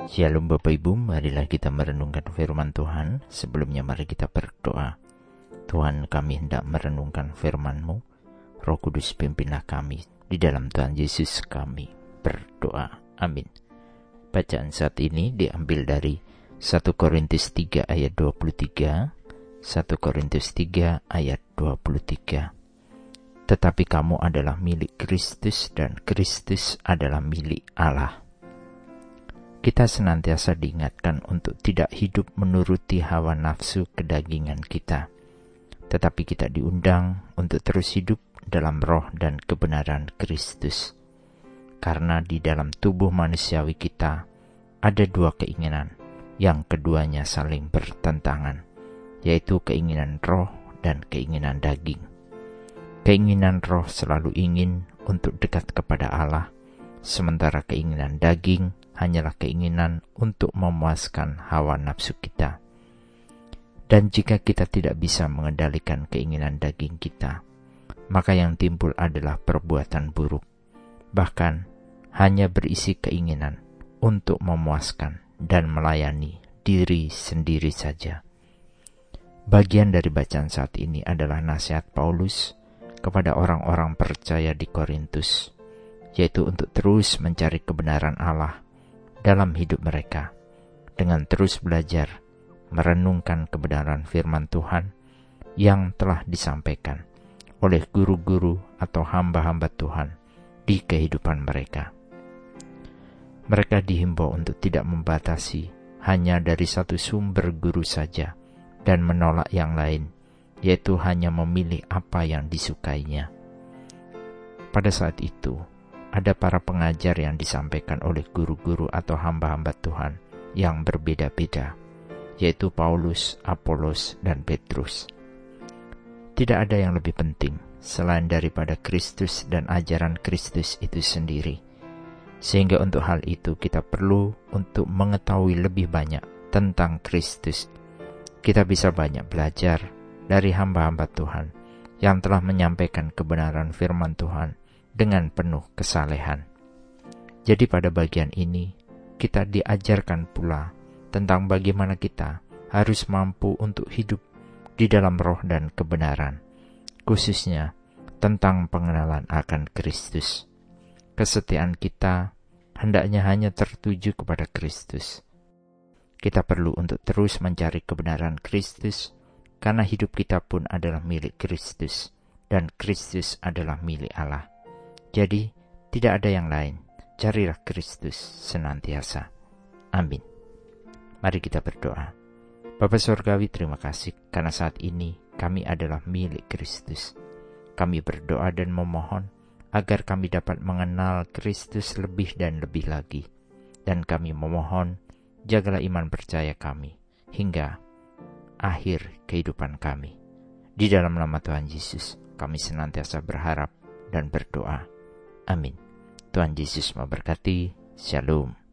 Shalom Bapak Ibu, marilah kita merenungkan firman Tuhan. Sebelumnya mari kita berdoa. Tuhan, kami hendak merenungkan firman-Mu. Roh Kudus pimpinlah kami. Di dalam Tuhan Yesus kami berdoa. Amin. Bacaan saat ini diambil dari 1 Korintus 3 ayat 23. 1 Korintus 3 ayat 23. Tetapi kamu adalah milik Kristus dan Kristus adalah milik Allah. Kita senantiasa diingatkan untuk tidak hidup menuruti hawa nafsu kedagingan kita, tetapi kita diundang untuk terus hidup dalam roh dan kebenaran Kristus. Karena di dalam tubuh manusiawi kita ada dua keinginan, yang keduanya saling bertentangan, yaitu keinginan roh dan keinginan daging. Keinginan roh selalu ingin untuk dekat kepada Allah, sementara keinginan daging hanyalah keinginan untuk memuaskan hawa nafsu kita. Dan jika kita tidak bisa mengendalikan keinginan daging kita, maka yang timbul adalah perbuatan buruk, bahkan hanya berisi keinginan untuk memuaskan dan melayani diri sendiri saja. Bagian dari bacaan saat ini adalah nasihat Paulus kepada orang-orang percaya di Korintus, yaitu untuk terus mencari kebenaran Allah dalam hidup mereka, dengan terus belajar merenungkan kebenaran firman Tuhan yang telah disampaikan oleh guru-guru atau hamba-hamba Tuhan di kehidupan mereka. Mereka dihimbau untuk tidak membatasi hanya dari satu sumber guru saja dan menolak yang lain, yaitu hanya memilih apa yang disukainya. Pada saat itu, ada para pengajar yang disampaikan oleh guru-guru atau hamba-hamba Tuhan yang berbeda-beda, yaitu Paulus, Apolos, dan Petrus. Tidak ada yang lebih penting selain daripada Kristus dan ajaran Kristus itu sendiri. Sehingga untuk hal itu kita perlu untuk mengetahui lebih banyak tentang Kristus. Kita bisa banyak belajar dari hamba-hamba Tuhan yang telah menyampaikan kebenaran firman Tuhan dengan penuh kesalehan. Jadi pada bagian ini, kita diajarkan pula tentang bagaimana kita harus mampu untuk hidup di dalam roh dan kebenaran, khususnya tentang pengenalan akan Kristus. Kesetiaan kita hendaknya hanya tertuju kepada Kristus. Kita perlu untuk terus mencari kebenaran Kristus, karena hidup kita pun adalah milik Kristus, dan Kristus adalah milik Allah. Jadi, tidak ada yang lain. Carilah Kristus senantiasa. Amin. Mari kita berdoa. Bapa Surgawi, terima kasih karena saat ini kami adalah milik Kristus. Kami berdoa dan memohon agar kami dapat mengenal Kristus lebih dan lebih lagi. Dan kami memohon, jagalah iman percaya kami hingga akhir kehidupan kami. Di dalam nama Tuhan Yesus, kami senantiasa berharap dan berdoa. Amin. Tuhan Yesus memberkati. Shalom.